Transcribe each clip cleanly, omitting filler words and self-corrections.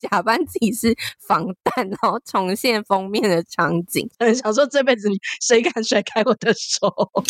假扮自己是防弹，然后重现封面的场景。 想说这辈子谁敢甩开我的手。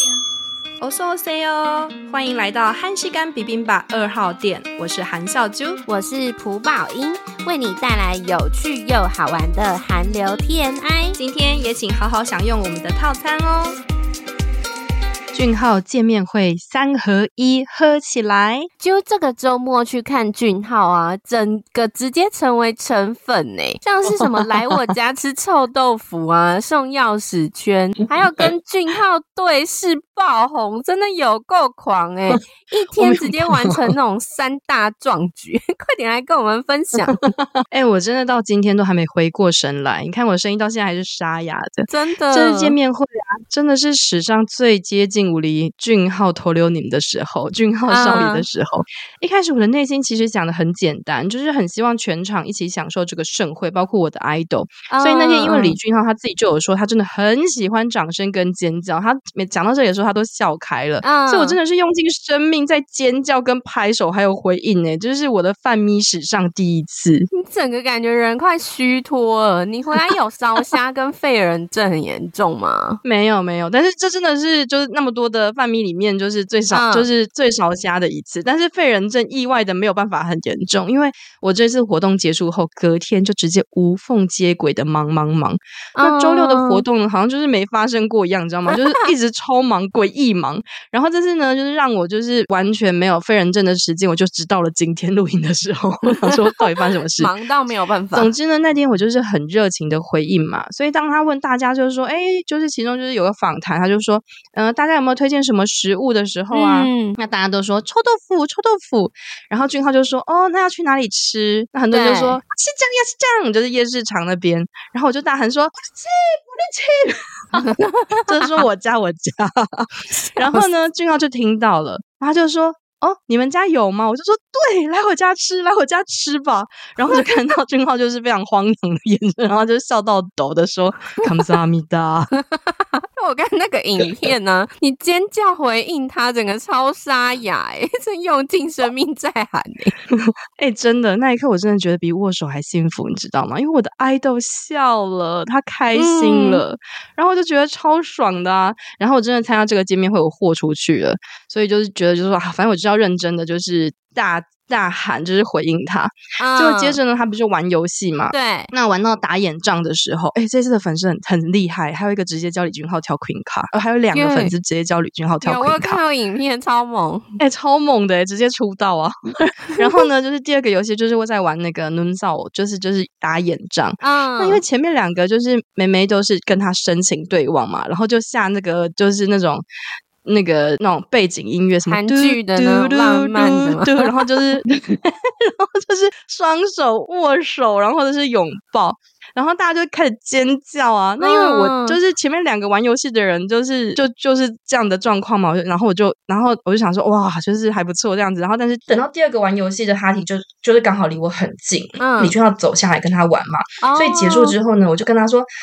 어서오세요，欢迎来到韩式干比冰吧2号店，我是韩孝珠， 我是朴宝英，为你带来有趣又好玩的韩流 TMI。 今天也请好好享用我们的套餐哦。 俊浩见面会3合1，喝起来！ 就这个周末去看俊浩啊，整个直接成为成粉欸，像是什么来我家吃臭豆腐啊，送钥匙圈，还有跟俊浩对视爆红，真的有够狂欸，一天直接完成那种3大壮举，快点来跟我们分享。 我真的到今天都还没回过神来，你看我声音到现在还是沙哑的， 真的。 这次见面会啊，真的是史上最接近离俊浩投留你们的时候，俊浩少爷的时候，一开始我的内心其实想的很简单，就是很希望全场一起享受这个盛会，包括我的 idol。所以那天因为李俊浩他自己就有说，他真的很喜欢掌声跟尖叫，他讲到这里的时候他都笑开了，所以我真的是用尽生命在尖叫跟拍手还有回应欸，这是我的饭咪史上第一次。 你整个感觉人快虚脱了，你回来有烧虾跟废人症很严重吗？ 没有，但是这真的是就是那么多的饭咪里面就是最少就是最少虾的一次，但是废人症意外的没有办法很严重，因为我这次活动结束后隔天就直接无缝接轨的忙。那周六的活动呢好像就是没发生过一样，你知道吗？就是一直超忙，诡异忙。然后这次呢就是让我就是完全没有废人症的时间，我就直到了今天录音的时候，我想说到底发生什么事， 忙到没有办法。 总之呢那天我就是很热情的回应嘛，所以当他问大家就是说就是其中就是有个访谈，他就说大家有没有推荐什么食物的时候啊，那大家都说臭豆腐，然后俊浩就说那要去哪里吃，那很多人就说是这样，就是夜市场那边，然后我就大喊说我的气就是说我家然后呢俊浩就听到了，他就说你们家有吗？我就说对，来我家吃吧。然后就看到俊浩就是非常荒唐的眼神，然后就笑到抖的说감사합니다。 我看那个影片呢，你尖叫回应他，整个超沙哑真用尽生命在喊真的那一刻我真的觉得比握手还幸福，你知道吗？因为我的idol笑了，他开心了，然后我就觉得超爽的啊。然后我真的参加这个见面会我豁出去了，所以就是觉得就是说反正我就要认真的就是大喊就是回应他。结果接着呢他不是玩游戏嘛， 对， 那玩到打眼仗的时候这次的粉丝很厉害，还有一个直接教李俊浩跳 Queen 卡，还有2个粉丝直接教李俊浩跳 Queen 卡。 我有看到影片，超猛超猛的直接出道啊。然后呢就是第二个游戏就是我在玩那个 Nunzao， 就是打眼仗。那因为前面2个就是妹妹都是跟他深情对望嘛，然后就下那个就是那种背景音乐，什么韩剧的那种浪漫的嘛， 然后就是双手握手，然后或者是拥抱，然后大家就开始尖叫啊。那因为我就是前面2个玩游戏的人就是这样的状况嘛，然后我就想说哇就是还不错这样子。然后但是等到第2个玩游戏的哈提就是刚好离我很近，李俊浩走下来跟他玩嘛，所以结束之后呢我就跟他说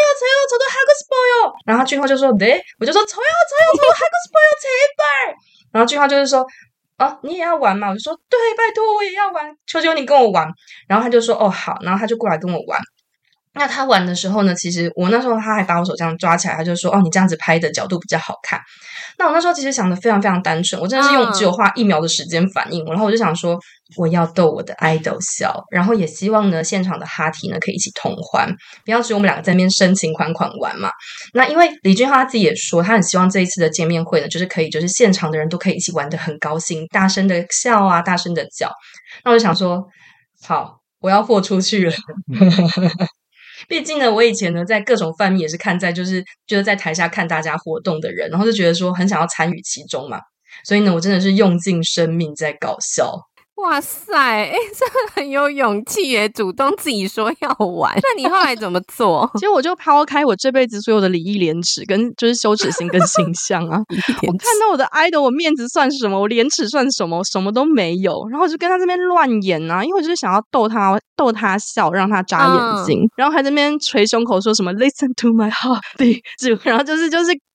저도 하고 싶어요，然后俊浩就说네，我就说저도 하고 싶어요 제발，然后俊浩就是说你也要玩嘛？我就说对，拜托我也要玩，求求你跟我玩。然后他就说好，然后他就过来跟我玩。那他玩的时候呢，其实我那时候他还把我手这样抓起来，他就说你这样子拍的角度比较好看。那我那时候其实想的非常非常单纯，我真的是只有花1秒的时间反应，然后我就想说我要逗我的 idol 笑，然后也希望呢现场的哈提呢可以一起同欢，不要只有我们2个在那边深情款款玩嘛。那因为李俊浩他自己也说他很希望这一次的见面会呢就是可以就是现场的人都可以一起玩得很高兴，大声的笑啊，大声的叫。那我就想说好，我要豁出去了毕竟呢我以前呢在各种饭也是看在就是在台下看大家活动的人，然后就觉得说很想要参与其中嘛，所以呢我真的是用尽生命在搞笑。 哇塞，真的很有勇气耶，主动自己说要玩。那你后来怎么做？ 其实我就抛开我这辈子所有的礼义廉耻跟就是羞耻心跟形象啊我看到我的 idol 我面子算什么，我廉耻算什么，什么都没有。然后我就跟他这边乱演啊，因为我就是想要逗他笑，让他眨眼睛然后还在那边捶胸口说什么 listen to my heart， 然后就是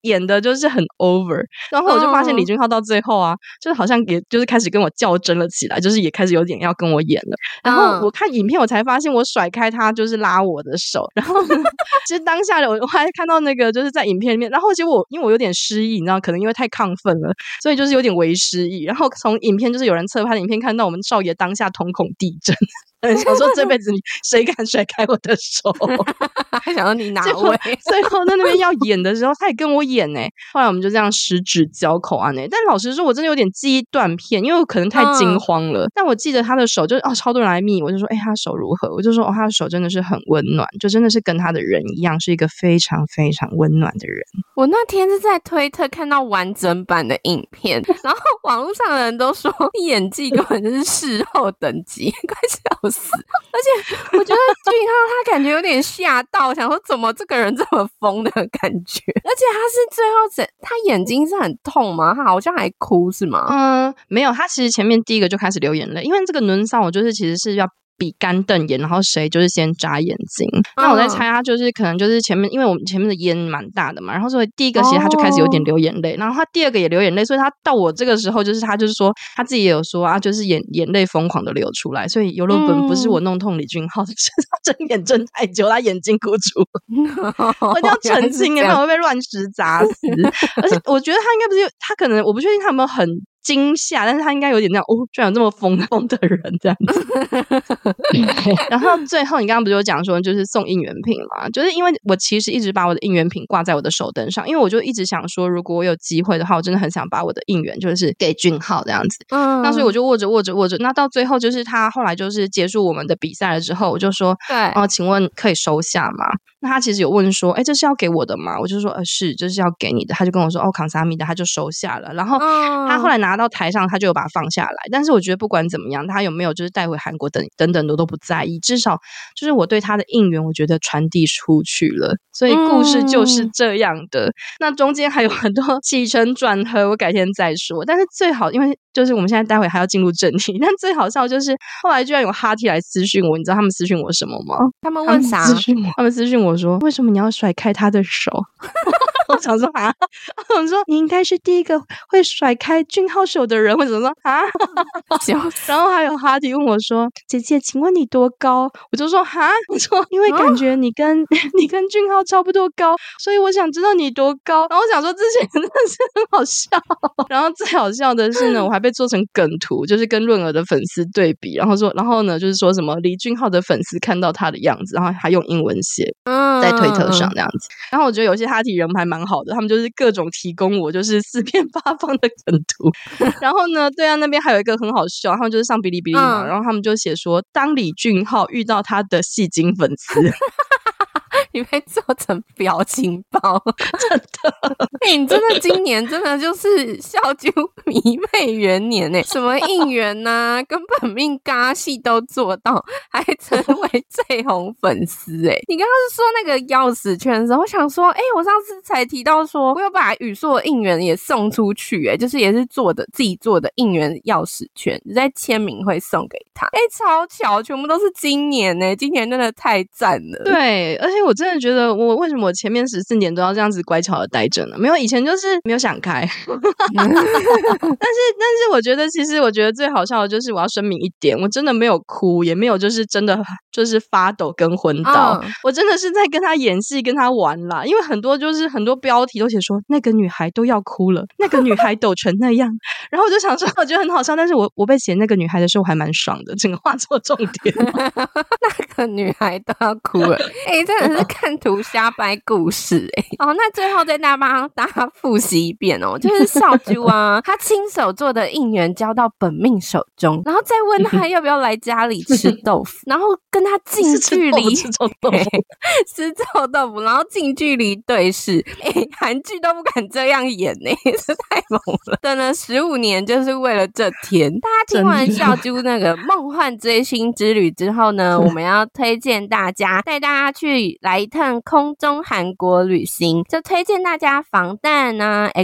演的就是很 over， 然后我就发现李俊浩到最后啊，就是好像也就是开始跟我较真了起来，就是也开始有点要跟我演了。然后我看影片我才发现我甩开他就是拉我的手，然后其实当下的我还看到那个就是在影片里面，然后结果因为我有点失忆，你知道，可能因为太亢奋了，所以就是有点微失忆。然后从影片就是有人侧拍的影片看到我们少爷当下瞳孔地震。想说这辈子谁敢甩开我的手还想说你哪位最后在那边要演的时候他也跟我演后来我们就这样十指交口啊但老实说我真的有点记忆断片，因为我可能太惊慌了但我记得他的手就是超多人来密我就说他手如何，我就说他的手真的是很温暖，就真的是跟他的人一样是一个非常非常温暖的人。 我那天是在推特看到完整版的影片，然后网络上的人都说你演技根本就是事后等级，快笑死。而且我觉得俊浩他感觉有点吓到，想说怎么这个人这么疯的感觉，而且他是最后他眼睛是很痛吗？他好像还哭是吗？ 没有，他其实前面第一个就开始流眼泪，因为这个轮上我就是其实是要比干瞪眼，然后谁就是先眨眼睛。那我在猜他就是可能就是前面，因为我们前面的烟蛮大的嘛，然后所以第一个其实他就开始有点流眼泪，然后他第二个也流眼泪，所以他到我这个时候就是他就是说他自己也有说啊，就是眼泪疯狂的流出来，所以尤罗本不是我弄痛李俊浩，是他睁眼睁太久，他眼睛哭出我一定要澄清不然会被乱石砸死而且我觉得他应该不是他可能我不确定他有没有很惊吓，但是他应该有点那样居然有这么疯的人这样子然后最后你刚刚不是有讲说就是送应援品嘛，就是因为我其实一直把我的应援品挂在我的手灯上，因为我就一直想说如果我有机会的话我真的很想把我的应援就是给俊浩这样子那所以我就握着那到最后就是他后来就是结束我们的比赛了之后我就说对请问可以收下吗？那他其实有问说这是要给我的吗？我就说是这是要给你的，他就跟我说康萨米的，他就收下了，然后他后来拿到台上他就有把它放下来，但是我觉得不管怎么样他有没有就是带回韩国等等的都不在意，至少就是我对他的应援我觉得传递出去了，所以故事就是这样的那中间还有很多起承转合我改天再说，但是最好因为就是我们现在待会还要进入正题，但最好笑就是后来居然有哈 T 来私讯我，你知道他们私讯我什么吗？ 他们问啥？ 他们私讯我说为什么你要甩开他的手我想说我说你应该是第一个会甩开俊浩手的人，为什么说然后还有哈迪问我说姐姐请问你多高？我就说我说因为感觉你跟俊浩差不多高，所以我想知道你多高。然后我想说这些真的是很好笑然后最好笑的是呢我还被做成梗图，就是跟润儿的粉丝对比，然后呢就是说什么李俊浩的粉丝看到他的样子，然后还用英文写在推特上这样子然后我觉得有些哈提人还蛮好的，他们就是各种提供我就是四面八方的梗图然后呢对岸那边还有一个很好笑，他们就是上哔哩哔哩嘛然后他们就写说当李俊浩遇到他的戏精粉丝你被做成表情包真的你真的今年真的就是笑啾迷妹元年什么应援啊跟本命尬戏都做到，还成为最红粉丝你刚刚是说那个钥匙圈的时候，我想说我上次才提到说我有把宇硕的应援也送出去就是也是自己做的应援钥匙圈，在签名会送给他超巧，全部都是今年今年真的太赞了。 对，而且我真的觉得我为什么我前面14年都要这样子乖巧的待着呢？没有，以前就是没有想开但是我觉得其实我觉得最好笑的就是我要声明一点，我真的没有哭，也没有就是真的就是发抖跟昏倒我真的是在跟他演戏跟他玩啦，因为很多标题都写说那个女孩都要哭了，那个女孩抖成那样然后我就想说我觉得很好笑，但是我被写那个女孩的时候我还蛮爽的，整个画错重点那个女孩都要哭了真的是看图瞎掰故事那最后再帮大家复习一遍就是少啾啊他亲手做的应援交到本命手中，然后再问他要不要来家里吃豆腐然后跟他近距离吃臭豆腐然后近距离对视韩剧都不敢这样演这太猛了，等了15年就是为了这天。大家听完少啾那个梦幻追星之旅之后呢我们要推荐大家带大家去来一趟空中韩国旅行，就推荐大家防弹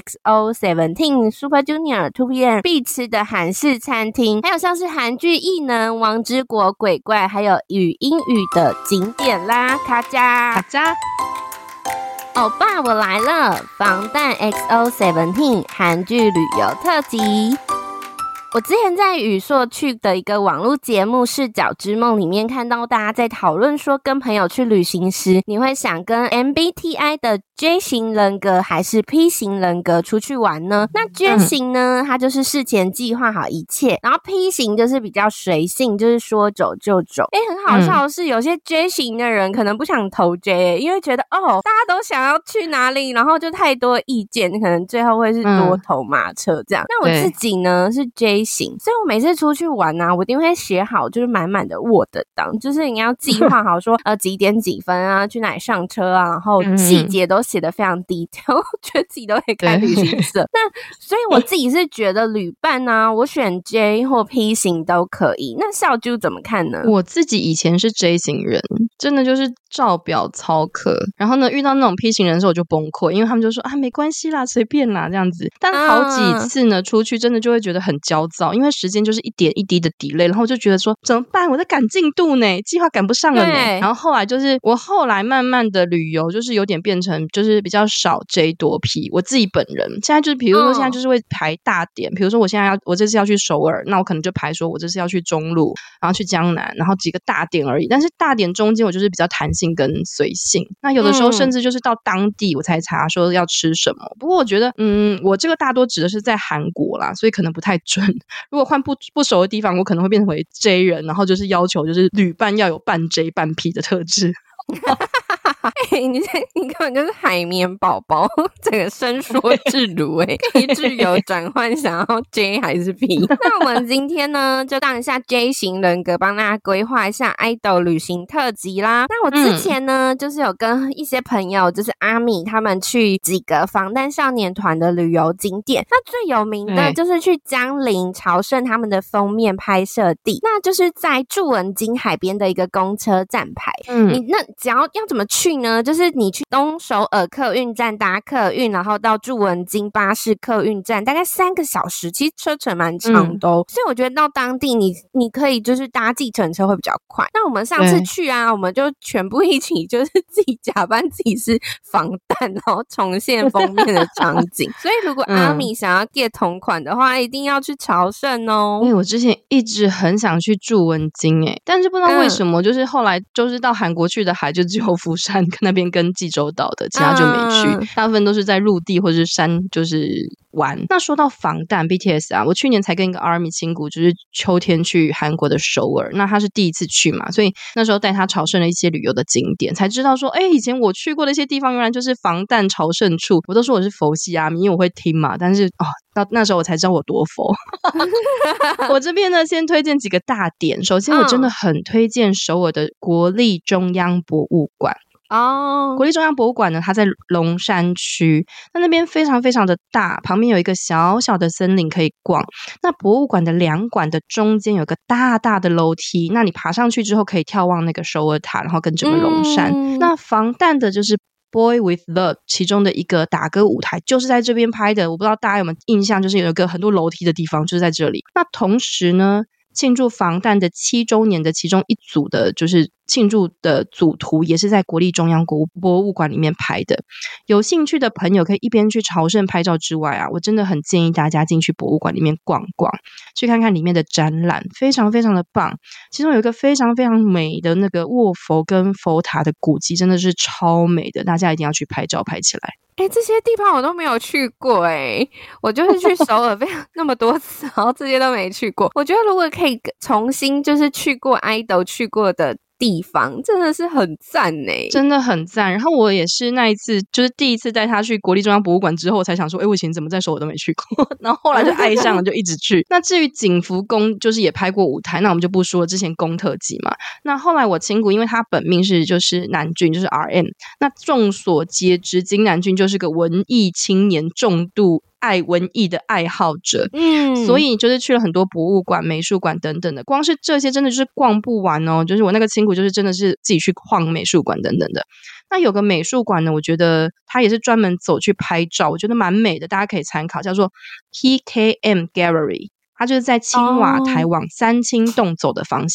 XO17 Super Junior 2PM 必吃的韩式餐厅，还有像是韩剧异能王之国鬼怪，还有语英语的景点啦，卡加欧巴，我来了！防弹 XO17 韩剧旅游特辑。我之前在宇硕去的一个网络节目《视角之梦》里面看到大家在讨论说，跟朋友去旅行时，你会想跟 MBTI 的 J 型人格还是 P 型人格出去玩呢？那 J 型呢，它就是事前计划好一切，然后 P 型就是比较随性，就是说走就走。很好笑的是，有些 J 型的人可能不想投 J， 因为觉得大家都想要去哪里，然后就太多意见，可能最后会是多头马车这样。那我自己呢是 J 型，所以我每次出去玩啊，我一定会写好就是满满的 Word 档，就是你要计划好说几点几分啊，去哪里上车啊，然后细节都写得非常 detail， 我觉得自己都会开旅行社。那所以我自己是觉得旅伴啊，我选 J 或 P 型都可以。那小啾怎么看呢？ 我自己以前是 J 型人，真的就是照表操课，然后呢遇到那种 P 型人的时候我就崩溃，因为他们就说没关系啦，随便啦这样子。但好几次呢出去真的就会觉得很焦躁，因为时间就是一点一滴的 delay， 然后就觉得说怎么办，我在赶进度呢，计划赶不上了呢。然后后来就是我后来慢慢的旅游就是有点变成就是比较少 J 多 P。我自己本人现在就是比如说现在就是会排大点，比如说我这次要去首尔，那我可能就排说我这次要去中路，然后去江南，然后几个大点而已。但是大点中间我就是比较弹性跟随性，那有的时候甚至就是到当地我才查说要吃什么。不过我觉得我这个大多指的是在韩国啦，所以可能不太准。如果换不熟的地方，我可能会变成为 J 人，然后就是要求就是旅伴要有半 J 半 P 的特质。 你根本就是海绵宝宝，整个伸缩自如可以自由转换想要 J 还是 P。 那我们今天呢就当一下 J 型人格，帮大家规划一下 idol 旅行特辑啦。那我之前呢就是有跟一些朋友，就是阿米他们去几个防弹少年团的旅游景点，那最有名的就是去江陵朝圣他们的封面拍摄地，那就是在筑文京海边的一个公车站牌。你那只要怎么去呢？就是你去东首尔客运站搭客运，然后到筑文京巴士客运站，大概3个小时，其实车程蛮长的所以我觉得到当地你可以就是搭计程车会比较快。那我们上次去啊，我们就全部一起就是自己假扮自己是防弹，然后重现封面的场景。所以如果阿米想要 get 同款的话，一定要去朝圣哦。 因为我之前一直很想去筑文京但是不知道为什么就是后来就是到韩国去的海就只有釜山那边跟济州岛的，其他就没去大部分都是在陆地或者是山就是玩。那说到防弹 BTS 啊，我去年才跟一个 ARMY 亲骨就是秋天去韩国的首尔，那他是第一次去嘛，所以那时候带他朝圣了一些旅游的景点，才知道说以前我去过的一些地方原来就是防弹朝圣处。我都说我是佛系ARMY，因为我会听嘛，但是那时候我才知道我多佛。我这边呢先推荐几个大点。首先我真的很推荐首尔的国立中央博物馆。国立中央博物馆呢，它在龙山区，那边非常非常的大，旁边有一个小小的森林可以逛。那博物馆的2馆的中间有个大大的楼梯，那你爬上去之后可以眺望那个首尔塔，然后跟整个龙山。那防弹的就是Boy with Love 其中的一个打歌舞台就是在这边拍的，我不知道大家有没有印象，就是有一个很多楼梯的地方就是在这里。那同时呢，庆祝防弹的7周年的其中一组的就是庆祝的组图也是在国立中央博物馆里面拍的。有兴趣的朋友可以一边去朝圣拍照之外啊，我真的很建议大家进去博物馆里面逛逛，去看看里面的展览，非常非常的棒。其中有一个非常非常美的那个卧佛跟佛塔的古迹，真的是超美的，大家一定要去拍照拍起来。 这些地方我都没有去过我就是去首尔非常那么多次，然后这些都没去过。我觉得如果可以重新就是去过 idol 去过的地方，真的是很赞真的很赞。然后我也是那一次就是第一次带他去国立中央博物馆之后，我才想说我以前怎么在首尔都没去过，然后后来就爱上了，就一直去。那至于景福宫就是也拍过舞台，那我们就不说了，之前宫特辑嘛。那后来我亲骨因为他本命是就是南俊，就是 RM， 那众所皆知金南俊就是个文艺青年，重度爱文艺的爱好者，所以就是去了很多博物馆、美术馆等等的，光是这些真的就是逛不完哦。就是我那个亲骨就是真的是自己去逛美术馆等等的。那有个美术馆呢，我觉得它也是专门走去拍照，我觉得蛮美的，大家可以参考，叫做 PKM Gallery。它就是在青瓦台往三清洞走的方向。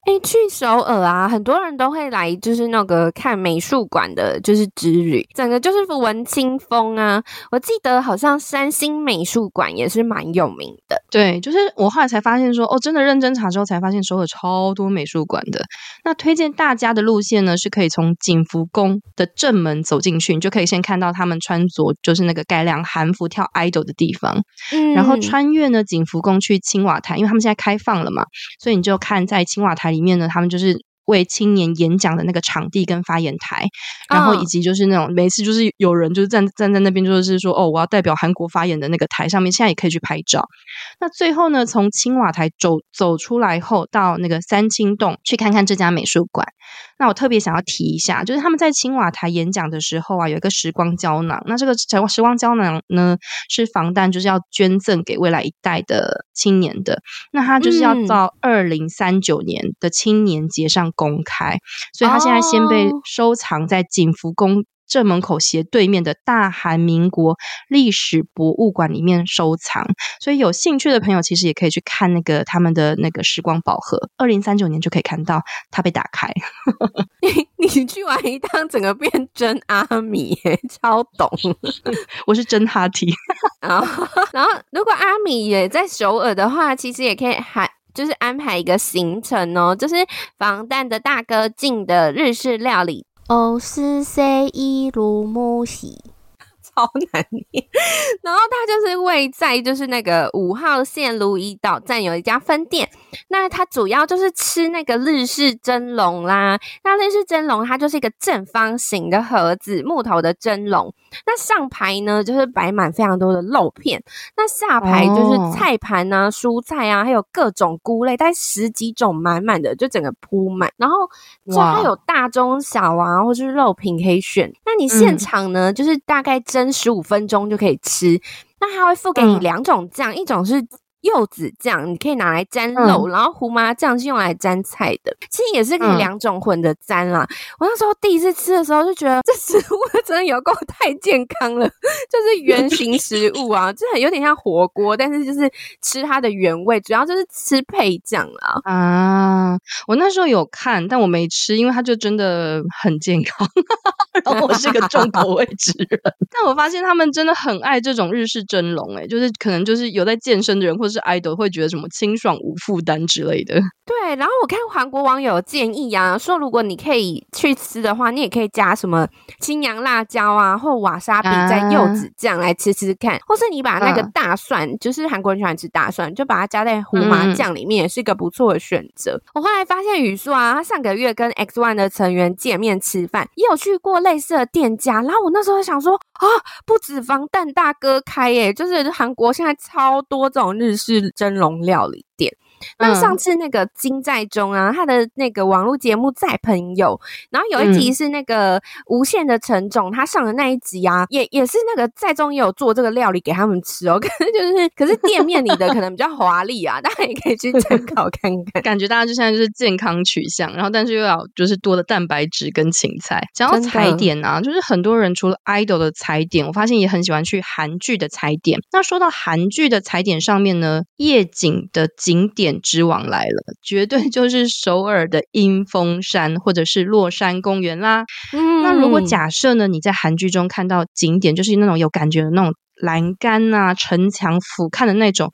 去首尔啊，很多人都会来，就是那个看美术馆的，就是之旅，整个就是文青风啊。我记得好像三星美术馆也是蛮有名的。 对，就是我后来才发现说，真的认真查之后才发现首尔超多美术馆的。那推荐大家的路线呢，是可以从景福宫的正门走进去，你就可以先看到他们穿着就是那个改良韩服跳 idol 的地方，然后穿越呢景福宫去青瓦台，因为他们现在开放了嘛，所以你就看在青瓦台里面呢，他们就是为青年演讲的那个场地跟发言台，然后以及就是那种每次就是有人就是站在那边，就是说我要代表韩国发言的那个台上面，现在也可以去拍照。那最后呢，从青瓦台走出来后，到那个三清洞去看看这家美术馆。那我特别想要提一下，就是他们在青瓦台演讲的时候啊，有一个时光胶囊。那这个时光胶囊呢，是防弹就是要捐赠给未来一代的青年的。那他就是要到2039年的青年节上公开，所以他现在先被收藏在景福宫正门口斜对面的大韩民国历史博物馆里面收藏，所以有兴趣的朋友其实也可以去看那个他们的那个时光宝盒，2039年就可以看到它被打开。 你去玩一趟，整个变真阿米耶，超懂。 我是真哈提。 然后如果阿米也在首尔的话，其实也可以就是安排一个行程哦，就是防弹的大哥进的日式料理。是谁一路木喜，超难念。然后它就是位在就是那个5号线如意岛站有一家分店，那它主要就是吃那个日式蒸笼啦。那日式蒸笼它就是一个正方形的盒子，木头的蒸笼。那上排呢就是摆满非常多的肉片，那下排就是菜盘啊、蔬菜啊，还有各种菇类，大概10几种满满的，就整个铺满。然后就它有大中小啊，或是肉品可以选。那你现场呢，就是大概蒸15分钟就可以吃。那它会附给你2种酱，一种是柚子酱，你可以拿来沾肉，然后胡麻酱是用来沾菜的，其实也是可以2种混的沾啦。我那时候第一次吃的时候就觉得这食物真的有够太健康了，就是原型食物啊，就有点像火锅，但是就是吃它的原味，主要就是吃配酱啦。 啊，我那时候有看，但我没吃，因为它就真的很健康。然后我是个重口味之人，但我发现他们真的很爱这种日式蒸笼，就是可能就是有在健身的人或者是 idol 会觉得什么清爽无负担之类的。 对，然后我看韩国网友建议啊，说如果你可以去吃的话，你也可以加什么青阳辣椒啊，或瓦沙比在柚子酱来吃吃看，或是你把那个大蒜，就是韩国人喜欢吃大蒜，就把它加在胡麻酱里面，也是一个不错的选择。我后来发现宇硕啊，他上个月跟 X1 的成员见面吃饭，也有去过类似的店家，然后我那时候想说啊，不止防弹大哥开耶，就是韩国现在超多这种日式蒸笼料理店。那上次那个金在中啊，他的那个网络节目在朋友，然后有一集是那个无限的陈总他上的那一集啊，也是那个在中也有做这个料理给他们吃哦，可是店面里的可能比较华丽啊，大家也可以去参考看看。 感觉大家就现在就是健康取向，然后但是又要就是多的蛋白质跟芹菜。讲到踩点啊，就是很多人除了 idol 的踩点，我发现也很喜欢去韩剧的踩点。那说到韩剧的踩点上面呢，夜景的景点之王来了，绝对就是首尔的阴峰山或者是洛山公园啦。那如果假设呢，你在韩剧中看到景点，就是那种有感觉的那种栏杆啊、城墙俯瞰的那种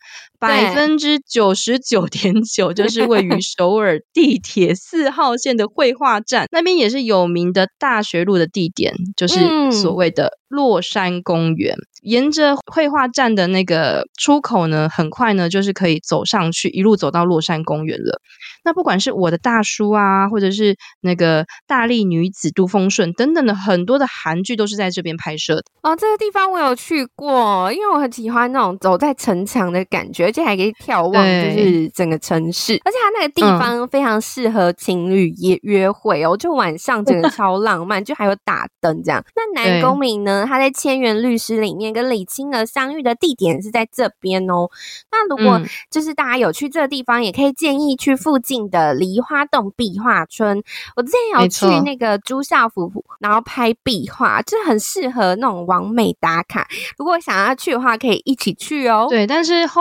，99.9%就是位于首尔地铁4号线的绘画站，那边也是有名的大学路的地点，就是所谓的洛山公园。沿着绘画站的那个出口呢，很快呢就是可以走上去，一路走到洛山公园了。那不管是我的大叔啊，或者是那个大力女子都丰顺等等的很多的韩剧都是在这边拍摄的。 哦，这个地方我有去过，因为我很喜欢那种走在城墙的感觉，而且还可以眺望就是整个城市，而且它那个地方非常适合情侣约会哦，就晚上整个超浪漫，就还有打灯这样。那南宫珉呢，他在《千元律师》里面跟李清娥相遇的地点是在这边哦。那如果就是大家有去这个地方，也可以建议去附近的梨花洞壁画村。我之前有去那个朱孝福，然后拍壁画，就很适合那种网美打卡。如果想要去的话，可以一起去哦。 对，但是后来因为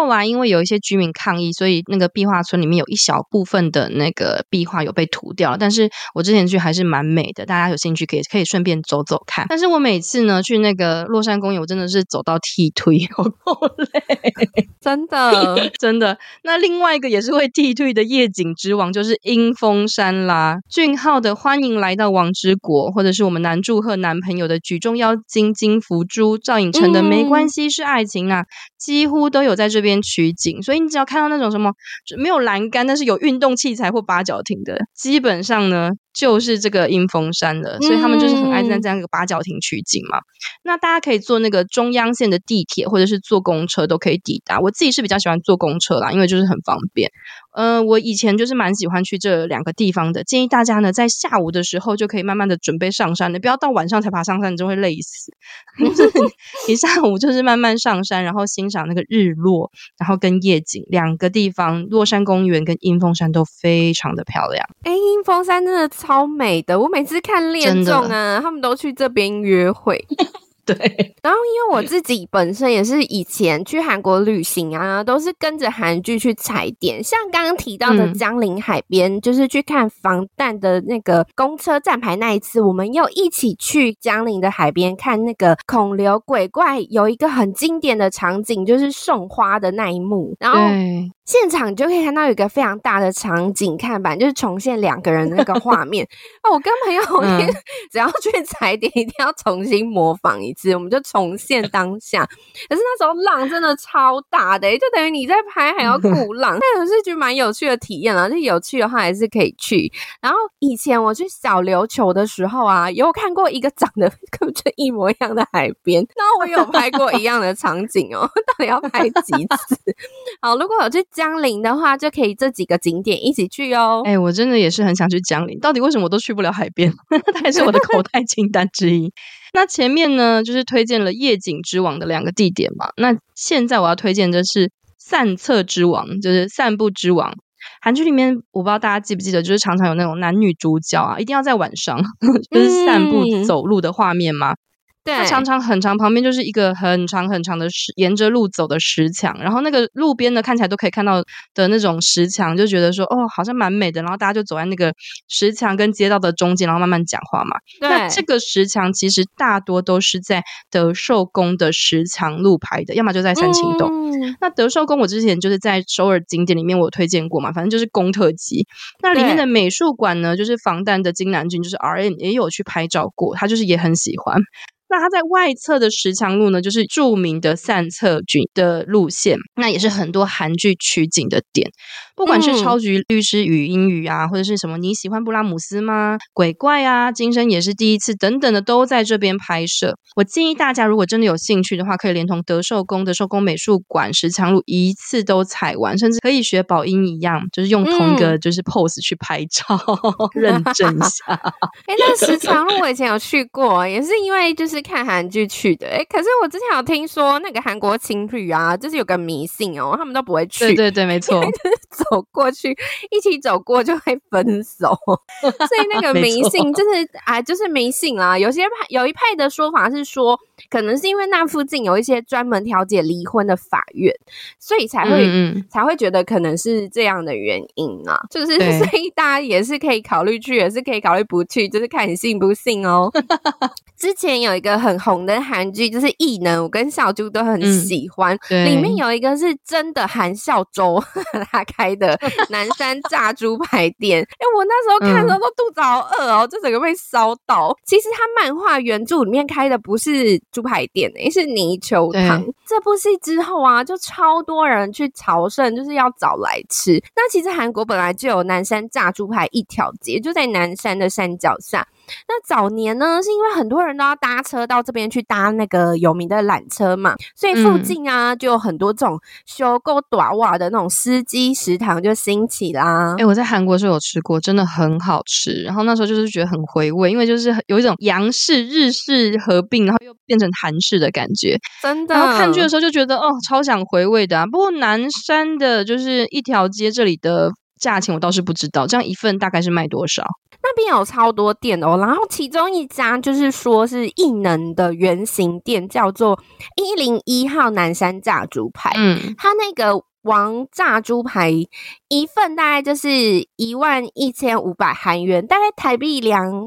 为有一些居民抗议，所以那个壁画村里面有一小部分的那个壁画有被涂掉了，但是我之前去还是蛮美的，大家有兴趣可以顺便走走看。但是我每次呢去那个落山公园，我真的是走到剃退，好够累， 真的真的。那另外一个也是会剃退的夜景之王就是阴峰山啦，俊浩的欢迎来到王之国，或者是我们南柱赫男朋友的举重妖精金福珠，赵寅成的没关系是爱情啊，几乎都有在这边取景。所以你只要看到那种什么没有栏杆但是有运动器材或八角亭的，基本上呢就是这个阴峰山了，所以他们就是很爱在这样一个八角亭取景嘛。那大家可以坐那个中央线的地铁或者是坐公车都可以抵达，我自己是比较喜欢坐公车啦，因为就是很方便。我以前就是蛮喜欢去这两个地方的，建议大家呢在下午的时候就可以慢慢的准备上山的，不要到晚上才爬上山，你就会累死。你下午就是慢慢上山，然后欣赏那个日落，然后跟夜景，两个地方落山公园跟阴峰山都非常的漂亮。 阴峰山真的超美的，我每次看恋综啊，他们都去这边约会。 对， 然后因为我自己本身也是以前去韩国旅行啊，都是跟着韩剧去踩点，像刚刚提到的江陵海边，就是去看防弹的那个公车站牌那一次，我们又一起去江陵的海边看那个孔刘鬼怪，有一个很经典的场景就是送花的那一幕，然后现场就可以看到有一个非常大的场景看板，就是重现两个人的那个画面。我跟朋友只要去踩点一定要重新模仿一次，我们就重现当下。可是那时候浪真的超大的，就等于你在拍还要鼓浪，那我是觉得蛮有趣的体验啦，就有趣的话还是可以去。然后以前我去小琉球的时候啊，有看过一个长得根本就一模一样的海边，然后我有拍过一样的场景哦，到底要拍几次？好，如果有去江陵的话，就可以这几个景点一起去哦。 我真的也是很想去江陵，到底为什么我都去不了海边？它还是我的口袋清单之一。那前面呢，就是推荐了夜景之王的两个地点嘛。那现在我要推荐的是散策之王，就是散步之王。韩剧里面我不知道大家记不记得，就是常常有那种男女主角啊，一定要在晚上就是散步走路的画面嘛。 对， 它常常很长，旁边就是一个很长很长的沿着路走的石墙，然后那个路边呢看起来都可以看到的那种石墙，就觉得说好像蛮美的，然后大家就走在那个石墙跟街道的中间，然后慢慢讲话嘛。那这个石墙其实大多都是在德寿宫的石墙路拍的，要么就在三清洞。那德寿宫我之前就是在首尔景点里面我有推荐过嘛，反正就是宫特辑。那里面的美术馆呢，就是防弹的金南俊，就是 RM 也有去拍照过，他就是也很喜欢。那它在外侧的石墙路呢，就是著名的散策军的路线，那也是很多韩剧取景的点。不管是超级律师与英语啊，或者是什么你喜欢布拉姆斯吗？鬼怪啊，今生也是第一次等等的都在这边拍摄。我建议大家如果真的有兴趣的话，可以连同德寿宫美术馆、石墙路一次都踩完，甚至可以学宝英一样，就是用同一个就是 pose 去拍照，认真一下。 那石墙路我以前有去过，也是因为就是看韩剧去的。可是我之前有听说那个韩国情侣啊，就是有个迷信哦，他们都不会去。 对对，没错。 走过去一起走过就会分手，所以那个迷信就是迷信啦。有一派的说法是说，可能是因为那附近有一些专门调解离婚的法院，所以才会觉得可能是这样的原因啊。就是所以大家也是可以考虑去，也是可以考虑不去，就是看你信不信哦。之前有一个很红的韩剧就是《异能》，我跟小猪都很喜欢，里面有一个是真的韩孝周他开的南山炸猪排店。我那时候看的时候都肚子好饿哦，就整个被烧到。其实他漫画原著里面开的不是猪排店，是泥鳅汤。这部戏之后啊，就超多人去朝圣，就是要找来吃。那其实韩国本来就有南山炸猪排一条街，就在南山的山脚下。那早年呢，是因为很多人都要搭车到这边去搭那个有名的缆车嘛，所以附近啊就有很多这种修够短袜的那种司机食堂就兴起啦。 我在韩国时候有吃过，真的很好吃。然后那时候就是觉得很回味，因为就是有一种洋式日式合并，然后又变成韩式的感觉， 真的。 然后看剧的时候就觉得超想回味的啊。不过南山的就是一条街这里的价钱我倒是不知道，这样一份大概是卖多少？ 那边有超多店哦，然后其中一家就是说是异能的原型店，叫做101号南山炸猪排。它那个王炸猪排一份大概就是11500韩元，大概台币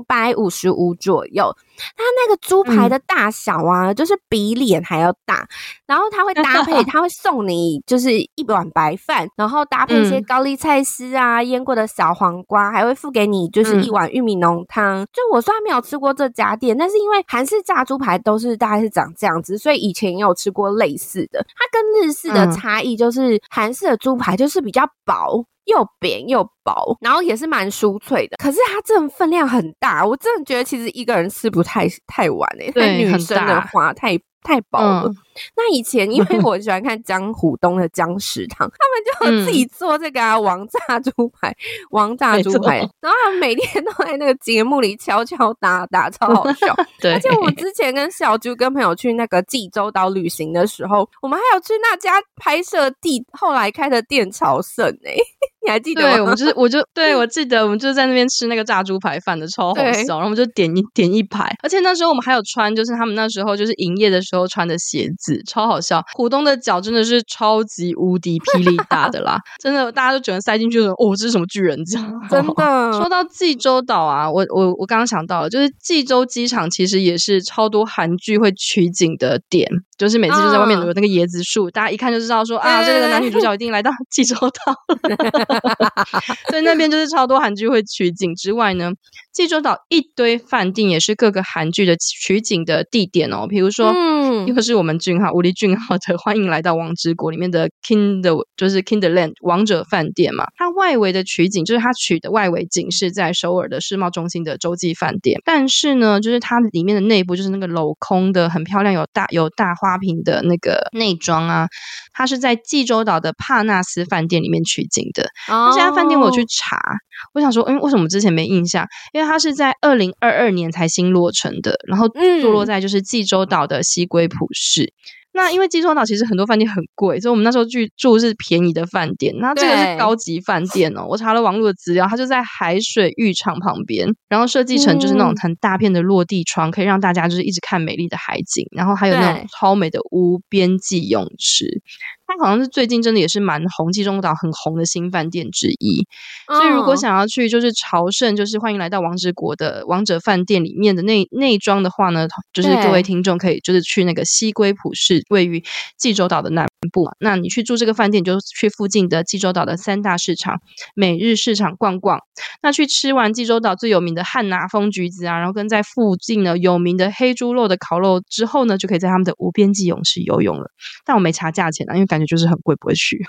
255左右。它那个猪排的大小啊，就是比脸还要大，然后它会搭配，它会送你就是一碗白饭，然后搭配一些高丽菜丝啊、腌过的小黄瓜，还会附给你就是一碗玉米浓汤。就我虽然没有吃过这家店，但是因为韩式炸猪排都是大概是长这样子，所以以前也有吃过类似的。它跟日式的差异就是韩式的猪排就是比较薄，又扁又薄，然后也是蛮酥脆的，可是它真的分量很大，我真的觉得其实一个人吃不太完欸，对，女生的话太薄了。那以前因为我喜欢看江虎东的江食堂，他们就自己做这个王炸猪排，然后他们每天都在那个节目里敲敲打打，超好笑。对，而且我之前跟小猪跟朋友去那个济州岛旅行的时候，我们还有去那家拍摄地后来开的店朝圣你还记得吗？ 对，我记得我们就是在那边吃那个炸猪排饭的，超好笑。然后我们就点一排，而且那时候我们还有穿就是他们那时候就是营业的时候穿的鞋子，超好笑。虎东的脚真的是超级无敌霹雳大的啦，真的大家都觉得塞进去这是什么巨人脚， 真的。 说到济州岛啊，我刚刚想到了，就是济州机场其实也是超多韩剧会取景的点，就是每次就在外面有那个椰子树，大家一看就知道说啊，这个男女主角一定来到济州岛了。所以那边就是超多韩剧会取景之外呢，济州岛一堆饭店也是各个韩剧的取景的地点哦。比如说又是我们吴立俊浩的欢迎来到王之国里面的 Kinderland 王者饭店嘛，它外围的取景就是它取的外围景是在首尔的世贸中心的洲际饭店，但是呢就是它里面的内部就是那个镂空的很漂亮有大花瓶的那个内装啊，它是在济州岛的帕纳斯饭店里面取景的。这家饭店我有去查，我想说为什么之前没印象，因为它是在2022年才新落成的，然后坐落在就是济州岛的西归浦市。那因为济州岛其实很多饭店很贵，所以我们那时候去住是便宜的饭店，那这个是高级饭店哦。我查了网络的资料，它就在海水浴场旁边，然后设计成就是那种很大片的落地窗，可以让大家就是一直看美丽的海景，然后还有那种超美的无边际泳池。它好像是最近真的也是蛮红，济州岛很红的新饭店之一。所以如果想要去就是朝圣，就是欢迎来到王之国的王者饭店里面的内装的话呢，就是各位听众可以就是去那个西归浦市，位于济州岛的南部。那你去住这个饭店，就去附近的济州岛的3大市场每日市场逛逛，那去吃完济州岛最有名的汉拿风橘子啊，然后跟在附近呢有名的黑猪肉的烤肉之后呢，就可以在他们的无边际泳池游泳了。但我没查价钱啊，因为感觉就是很贵，不会去。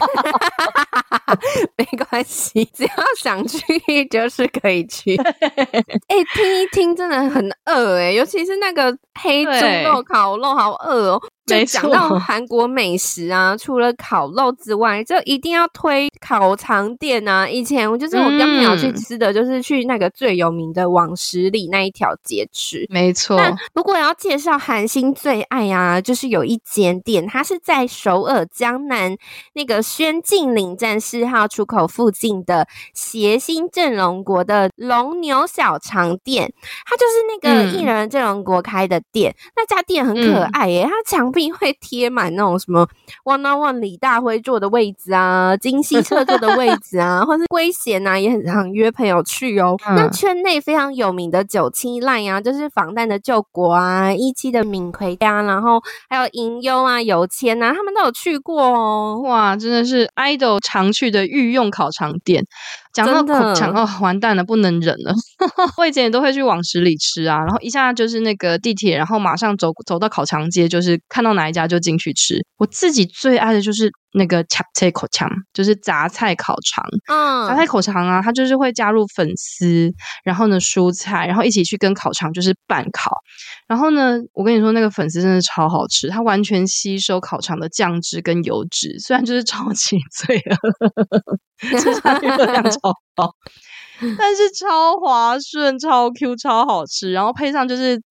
没关系，只要想去就是可以去。听一听真的很饿尤其是那个黑猪肉烤肉，好饿哦。就讲到韩国美食啊，除了烤肉之外，就一定要推烤肠店啊。以前我跟朋友去吃的，就是去那个最有名的往十里那一条街吃。 没错。 那如果要介绍韩星最爱啊，就是有一间店，它是在首尔江南那个宣敬岭站4号出口附近的协兴郑容国的龙牛小肠店，它就是那个艺人郑容国开的店。那家店很可爱它墙壁会贴满那种什么101李大辉坐的位置啊，金希澈坐的位置啊，或是圭贤啊，也很常约朋友去哦。那圈内非常有名的97 line 啊，就是防弹的救国啊，17的敏奎啊，然后还有银优啊、有谦啊，他们都有去过哦。 哇，真的是 idol 常去的御用烤肠店。讲到口肠完蛋了，不能忍了。我以前也都会去往十里吃啊，然后一下就是那个地铁，然后马上走到烤肠街，就是看到哪一家就进去吃。我自己最爱的就是那个잡채口肠，就是杂菜烤肠。杂菜口肠啊，它就是会加入粉丝，然后呢蔬菜，然后一起去跟烤肠就是拌烤。然后呢，我跟你说那个粉丝真的超好吃，它完全吸收烤肠的酱汁跟油脂，虽然就是超级罪恶，吃下去热量超高，但是超滑顺、超 Q、超好吃，然后配上就是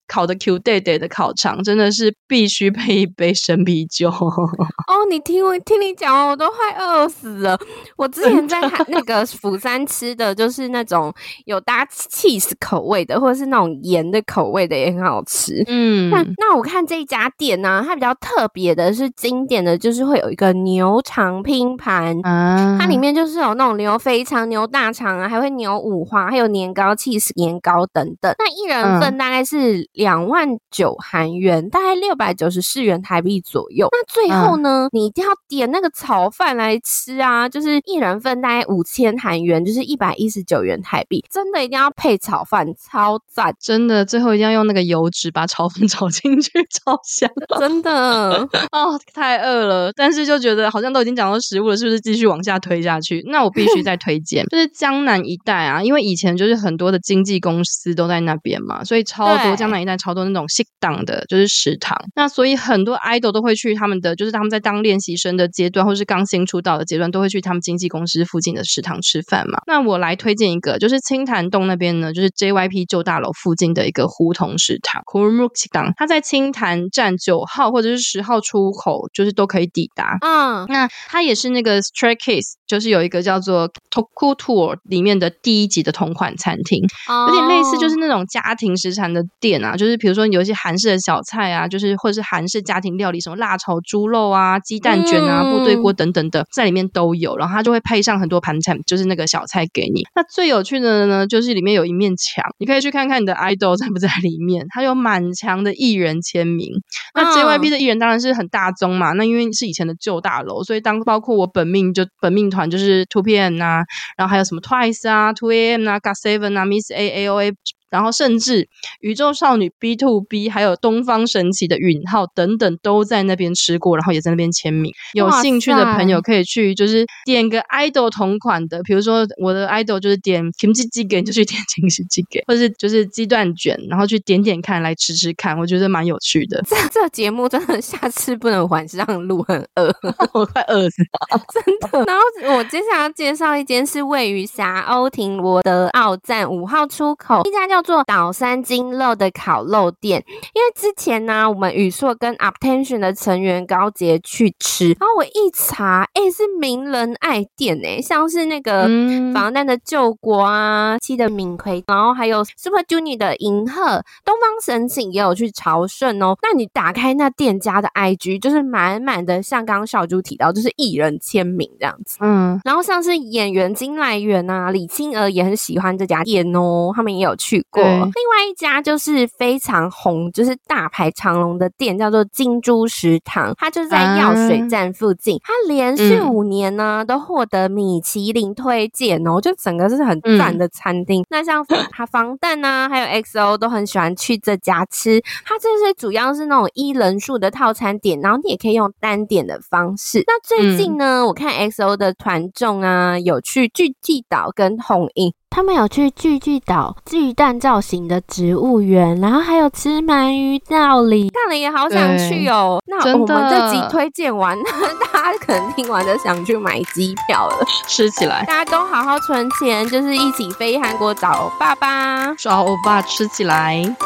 烤的 Q day 的烤肠真的是必须配一杯生啤酒。 你听你讲我都快饿死了。我之前在那个釜山吃的就是那种有搭 cheese 口味的，或者是那种盐的口味的也很好吃。那我看这一家店呢，它比较特别的是经典的就是会有一个牛肠拼盘，它里面就是有那种牛肥肠、牛大肠啊，还会牛五花，还有年糕、cheese 年糕等等。那一人份大概是29000韩元，大概694元台币左右。那最后呢，你一定要点那个炒饭来吃啊，就是一人份大概5000韩元，就是119元台币，真的一定要配炒饭，超赞！ 真的，最后一定要用那个油脂把炒饭炒进去，超香！ 真的太饿了，但是就觉得好像都已经讲到食物了，是不是继续往下推下去？那我必须再推荐，就是江南一带啊，因为以前就是很多的经纪公司都在那边嘛，所以超多江南一带超多那种식당的，就是食堂。那所以很多 idol 都会去他们的，就是他们在当练习生的阶段，或是刚新出道的阶段，都会去他们经纪公司附近的食堂吃饭嘛。那我来推荐一个，就是青潭洞那边呢，就是 JYP 旧大楼附近的一个胡同食堂 Kurmuk 식당， 它在青潭站9号或者是10号出口，就是都可以抵达。那它也是那个 Stray Kids， 就是有一个叫做 Toku Tour 里面的第1集的同款餐厅，有点类似就是那种家庭食材的店啊，就是比如说有一些韩式的小菜啊，就是或者是韩式家庭料理，什么辣炒猪肉啊、鸡蛋卷啊、部队锅等等的，在里面都有。然后它就会配上很多盘菜，就是那个小菜给你。那最有趣的呢，就是里面有一面墙，你可以去看看你的 idol 在不在里面，它有满墙的艺人签名。那 JYP 的艺人当然是很大宗嘛，那因为是以前的旧大楼，所以包括我本命团就是 2PM 啊，然后还有什么 Twice 啊、2AM 啊、GOT7 啊、Miss A、AOA，然后甚至宇宙少女 BTOB 还有东方神起的允浩等等都在那边吃过，然后也在那边签名。有兴趣的朋友可以去就是点个 idol 同款的，比如说我的 idol 就是点 kimchi jjigae， 就去点 kimchi jjigae， 或是就是鸡蛋卷，然后去点看来吃吃看，我觉得蛮有趣的。 这节目真的下次不能晚上录，很饿我快饿死了真的。然后我接下来要介绍一间是位于霞欧亭罗德奥站5号出口一家叫做岛山精肉的烤肉店。因为之前呢，我们宇硕跟 Uptension 的成员高杰去吃，然后我一查，是名人爱店像是那个防弹的救国啊、七的敏奎，然后还有 Super Junior 的银赫、东方神起也有去朝圣哦。那你打开那店家的 IG， 就是满满的，像刚刚小猪提到，就是艺人签名这样子。然后像是演员金来源啊、李清娥也很喜欢这家店哦，他们也有去过。另外一家就是非常红，就是大排长龙的店，叫做金珠食堂，它就在药水站附近。它连续5年呢都获得米其林推荐哦，就整个是很赞的餐厅。那像它防弹啊，还有 XO 都很喜欢去这家吃。它这是主要是那种1人数的套餐点，然后你也可以用单点的方式。那最近呢，我看 XO 的团众啊，有去巨济岛跟红印。他们有去巨巨岛巨蛋造型的植物园，然后还有吃鳗鱼料理，看了也好想去哦。那我们这集推荐完，大家可能听完就想去买机票了， 吃起来。 大家都好好存钱，就是一起飞韩国找欧巴吧， 找欧巴吃起来。